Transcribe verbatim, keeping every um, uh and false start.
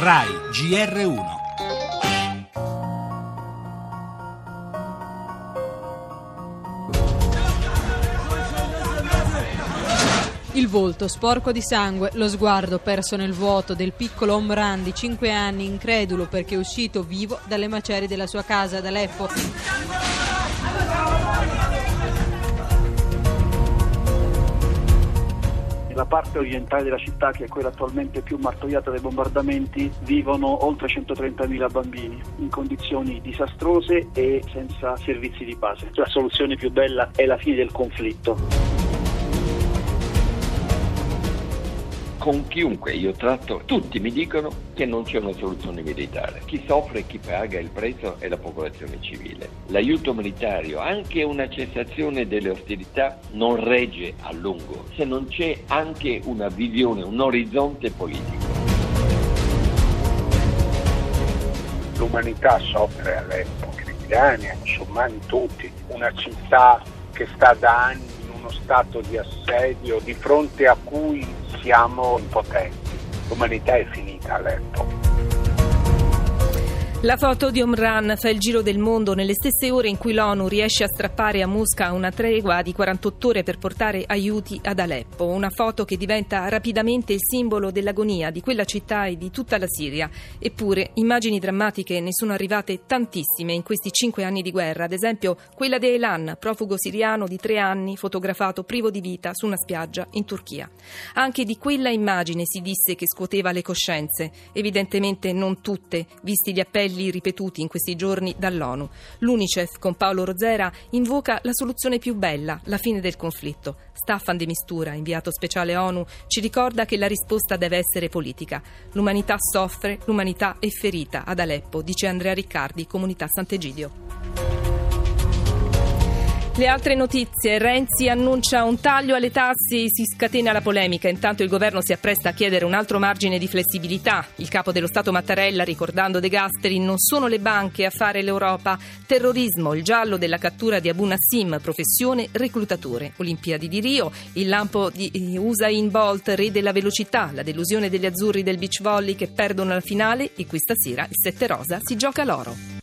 RAI G R uno. Il volto sporco di sangue, lo sguardo perso nel vuoto del piccolo Omran di cinque anni, incredulo perché è uscito vivo dalle macerie della sua casa ad Aleppo. Nella parte orientale della città, che è quella attualmente più martoriata dai bombardamenti, vivono oltre centotrentamila bambini in condizioni disastrose e senza servizi di base. La soluzione più bella è la fine del conflitto. Con chiunque io tratto, tutti mi dicono che non c'è una soluzione militare. Chi soffre e chi paga il prezzo è la popolazione civile. L'aiuto militario, anche una cessazione delle ostilità, non regge a lungo se non c'è anche una visione, un orizzonte politico. L'umanità soffre a Aleppo, cristiani, musulmani, tutti. Una città che sta da anni in uno stato di assedio, di fronte a cui siamo impotenti. L'umanità è finita a Aleppo. La foto di Omran fa il giro del mondo nelle stesse ore in cui l'ONU riesce a strappare a Mosca una tregua di quarantotto ore per portare aiuti ad Aleppo. Una foto che diventa rapidamente il simbolo dell'agonia di quella città e di tutta la Siria. Eppure immagini drammatiche ne sono arrivate tantissime in questi cinque anni di guerra. Ad esempio quella di Aylan, profugo siriano di tre anni, fotografato privo di vita su una spiaggia in Turchia. Anche di quella immagine si disse che scuoteva le coscienze. Evidentemente non tutte, visti gli appelli ripetuti in questi giorni dall'ONU. L'UNICEF con Paolo Rozera invoca la soluzione più bella, la fine del conflitto. Staffan de Mistura, inviato speciale ONU, ci ricorda che la risposta deve essere politica. L'umanità soffre, l'umanità è ferita ad Aleppo, dice Andrea Riccardi, Comunità Sant'Egidio. Le altre notizie. Renzi annuncia un taglio alle tasse e si scatena la polemica. Intanto il governo si appresta a chiedere un altro margine di flessibilità. Il capo dello Stato Mattarella, ricordando De Gasperi, non sono le banche a fare l'Europa. Terrorismo, il giallo della cattura di Abu Nassim, professione reclutatore. Olimpiadi di Rio, il lampo di Usain Bolt, re della velocità, la delusione degli azzurri del beach volley che perdono la finale e questa sera il sette rosa si gioca l'oro.